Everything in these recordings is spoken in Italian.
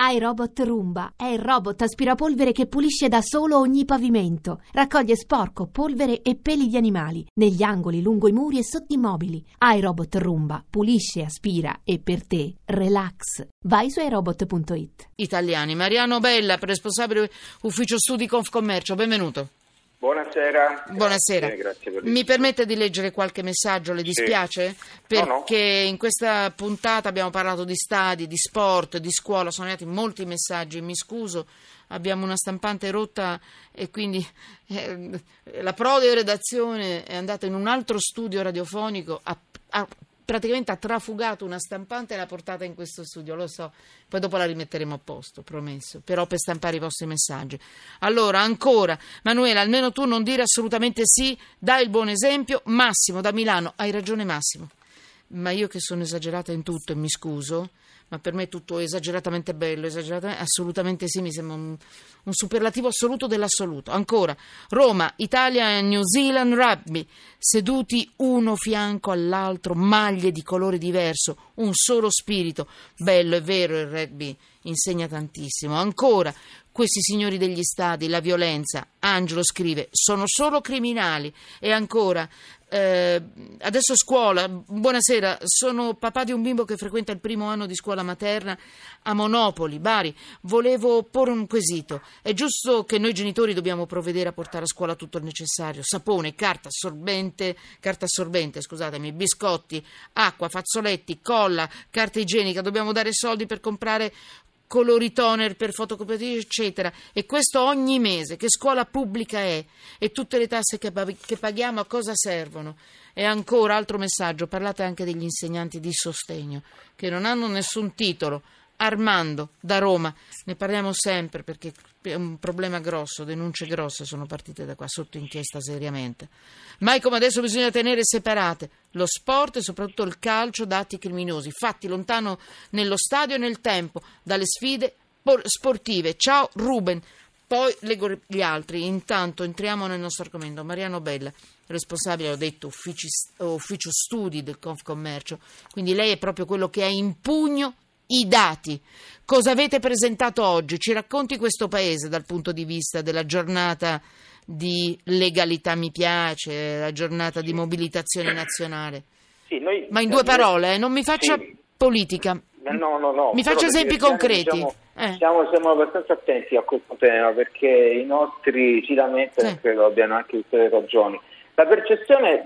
iRobot Roomba è il robot aspirapolvere che pulisce da solo ogni pavimento. Raccoglie sporco, polvere e peli di animali negli angoli, lungo i muri e sotto i mobili. iRobot Roomba pulisce, aspira e per te relax. Vai su iRobot.it. Italiani. Mariano Bella, responsabile ufficio studi Confcommercio, benvenuto. Buonasera. Buonasera. Grazie per Mi permette di leggere qualche messaggio, le dispiace? Sì. Perché in questa puntata abbiamo parlato di stadi, di sport, di scuola, sono arrivati molti messaggi, mi scuso, abbiamo una stampante rotta e quindi la Prode redazione è andata in un altro studio radiofonico, praticamente ha trafugato una stampante e l'ha portata in questo studio, lo so, poi dopo la rimetteremo a posto, promesso, però per stampare i vostri messaggi. Allora, ancora, Manuela, almeno tu non dire assolutamente sì, dai il buon esempio. Massimo da Milano, hai ragione Massimo, ma io che sono esagerata in tutto e mi scuso, ma per me è tutto esageratamente bello, assolutamente sì, mi sembra un superlativo assoluto dell'assoluto. Ancora, Roma, Italia e New Zealand rugby, seduti uno fianco all'altro, maglie di colore diverso, un solo spirito. Bello, è vero, il rugby insegna tantissimo. Ancora, questi signori degli stadi, la violenza. Angelo scrive, sono solo criminali. E ancora, adesso scuola, buonasera, sono papà di un bimbo che frequenta il primo anno di scuola materna a Monopoli, Bari. Volevo porre un quesito. È giusto che noi genitori dobbiamo provvedere a portare a scuola tutto il necessario? Sapone, carta assorbente, biscotti, acqua, fazzoletti, colla, carta igienica, dobbiamo dare soldi per comprare colori toner per fotocopiatrici eccetera, e questo ogni mese. Che scuola pubblica è? E tutte le tasse che paghiamo a cosa servono? E ancora altro messaggio, parlate anche degli insegnanti di sostegno che non hanno nessun titolo. Armando da Roma, ne parliamo sempre perché è un problema grosso, denunce grosse sono partite da qua, sotto inchiesta seriamente. Mai come adesso bisogna tenere separate lo sport e soprattutto il calcio da atti criminosi, fatti lontano nello stadio e nel tempo dalle sfide sportive. Ciao Ruben. Poi leggo gli altri, intanto entriamo nel nostro argomento. Mariano Bella, responsabile, ho detto, ufficio studi del Confcommercio, quindi lei è proprio quello che ha in pugno i dati. Cosa avete presentato oggi? Ci racconti questo paese dal punto di vista della giornata di legalità, mi piace, la giornata di mobilitazione nazionale. Sì, noi, ma in due parole, non mi faccia politica. No. Mi faccia esempi concreti. Siamo abbastanza attenti a questo tema perché i nostri si lamentano e credo abbiano anche tutte le ragioni. La percezione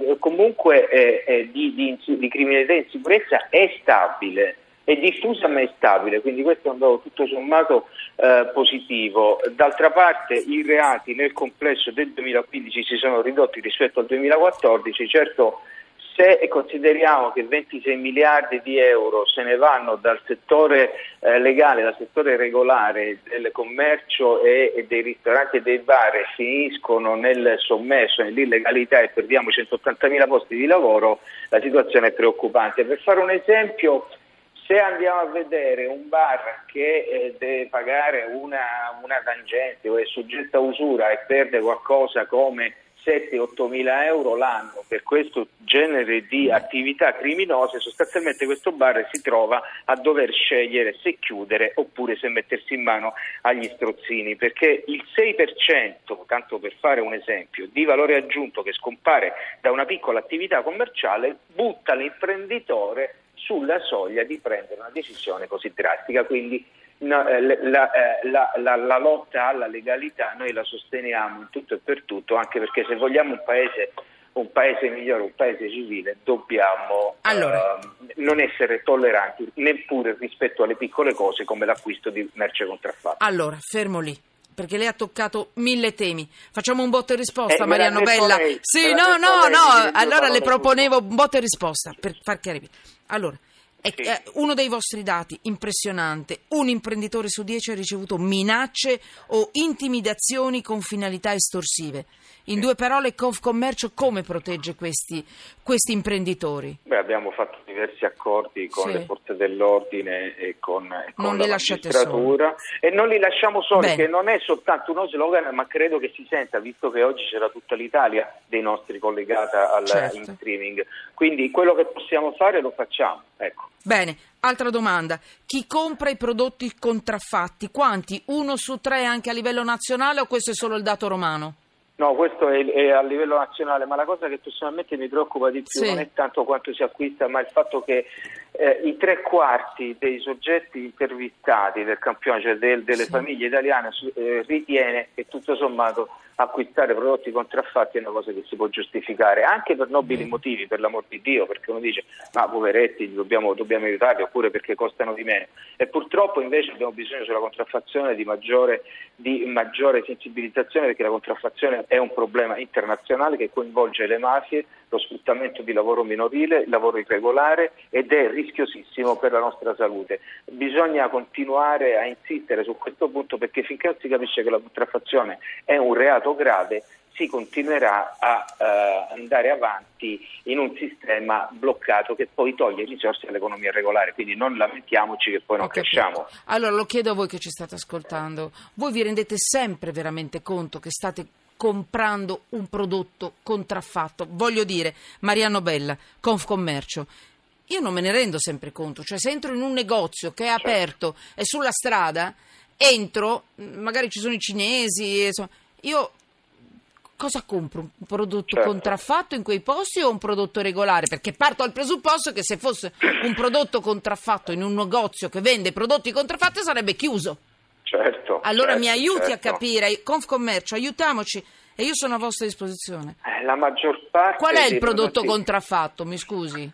comunque di criminalità e insicurezza è stabile. È diffusa ma è stabile, quindi questo è un dato tutto sommato positivo. D'altra parte i reati nel complesso del 2015 si sono ridotti rispetto al 2014, certo se consideriamo che 26 miliardi di euro se ne vanno dal settore legale, dal settore regolare del commercio e dei ristoranti e dei bar e finiscono nel sommerso, nell'illegalità e perdiamo 180.000 posti di lavoro, la situazione è preoccupante. Per fare un esempio, se andiamo a vedere un bar che deve pagare una tangente o è soggetta a usura e perde qualcosa come 7-8 mila euro l'anno per questo genere di attività criminose, sostanzialmente questo bar si trova a dover scegliere se chiudere oppure se mettersi in mano agli strozzini, perché il 6%, tanto per fare un esempio, di valore aggiunto che scompare da una piccola attività commerciale butta l'imprenditore sulla soglia di prendere una decisione così drastica. Quindi la lotta alla legalità noi la sosteniamo in tutto e per tutto, anche perché se vogliamo un paese migliore, un paese civile, dobbiamo non essere tolleranti neppure rispetto alle piccole cose come l'acquisto di merce contraffatta. Allora, fermo lì, perché lei ha toccato 1000 temi. Facciamo un botta e risposta, Mariano Bella. Sì, no, allora le proponevo un botta e risposta per far chiarire. Allora, uno dei vostri dati impressionante: un imprenditore su 10 ha ricevuto minacce o intimidazioni con finalità estorsive. In due parole, Confcommercio come protegge questi imprenditori? Abbiamo fatto diversi accordi con le forze dell'ordine e con non la magistratura e non li lasciamo soli, che non è soltanto uno slogan, ma credo che si senta, visto che oggi c'era tutta l'Italia dei nostri collegata in streaming, quindi quello che possiamo fare lo facciamo, ecco. Bene, altra domanda. Chi compra i prodotti contraffatti? Quanti? 1 su 3 anche a livello nazionale o questo è solo il dato romano? No, questo è a livello nazionale, ma la cosa che personalmente mi preoccupa di più non è tanto quanto si acquista, ma il fatto che i 3/4 dei soggetti intervistati del campione, cioè delle famiglie italiane, ritiene che tutto sommato acquistare prodotti contraffatti è una cosa che si può giustificare, anche per nobili motivi, per l'amor di Dio, perché uno dice ma poveretti, dobbiamo aiutarli, oppure perché costano di meno. E purtroppo invece abbiamo bisogno sulla contraffazione di maggiore sensibilizzazione, perché la contraffazione è un problema internazionale che coinvolge le mafie, lo sfruttamento di lavoro minorile, il lavoro irregolare, ed è rischiosissimo per la nostra salute. Bisogna continuare a insistere su questo punto, perché finché non si capisce che la contraffazione è un reato grave, si continuerà a andare avanti in un sistema bloccato che poi toglie risorse all'economia regolare, quindi non lamentiamoci che poi non cresciamo. Allora lo chiedo a voi che ci state ascoltando, voi vi rendete sempre veramente conto che state comprando un prodotto contraffatto? Voglio dire, Mariano Bella, Confcommercio, io non me ne rendo sempre conto, cioè se entro in un negozio che è aperto e sulla strada, entro, magari ci sono i cinesi, insomma, io cosa compro? Un prodotto contraffatto in quei posti o un prodotto regolare? Perché parto dal presupposto che se fosse un prodotto contraffatto in un negozio che vende prodotti contraffatti sarebbe chiuso. Certo. Allora mi aiuti a capire, Confcommercio, aiutiamoci, e io sono a vostra disposizione. La maggior parte. Qual è il prodotto contraffatto, mi scusi?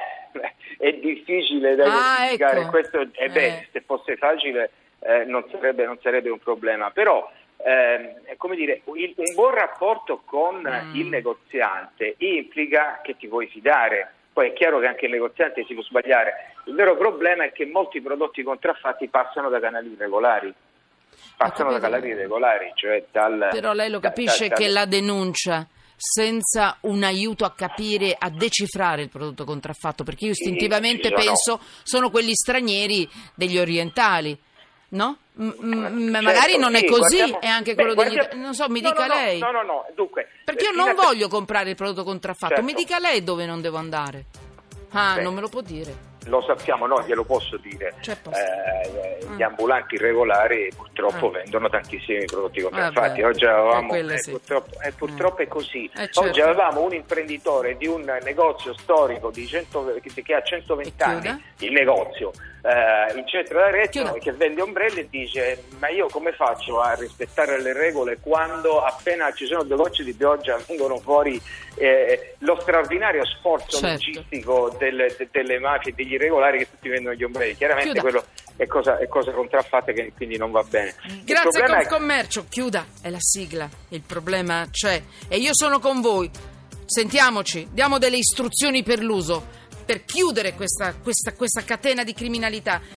È difficile da identificare, ecco. Questo se fosse facile non sarebbe un problema, però come dire, un buon rapporto con il negoziante implica che ti puoi fidare. Poi è chiaro che anche il negoziante si può sbagliare. Il vero problema è che molti prodotti contraffatti passano da canali irregolari. Cioè Però lei lo capisce che la denuncia senza un aiuto a capire, a decifrare il prodotto contraffatto, perché io istintivamente penso sono quelli stranieri degli orientali, no? Magari non è così, è anche quello degli non so, mi dica lei. No, dunque, perché io non voglio comprare il prodotto contraffatto, mi dica lei dove non devo andare. Non me lo può dire. Lo sappiamo, no, glielo posso dire. Gli ambulanti regolari purtroppo vendono tantissimi prodotti contraffatti. Oggi avevamo, purtroppo è così. Oggi avevamo un imprenditore di un negozio storico che ha 120 anni, il negozio in centro d'Arezzo, che vende ombrelli, e dice ma io come faccio a rispettare le regole quando appena ci sono 2 gocce di pioggia vengono fuori lo straordinario sforzo logistico delle mafie e degli irregolari che tutti vendono gli ombrelli. Chiaramente quello è cosa contraffatta, che quindi non va bene. Grazie Confcommercio, chiuda, è la sigla, il problema c'è e io sono con voi. Sentiamoci, diamo delle istruzioni per l'uso, per chiudere questa catena di criminalità.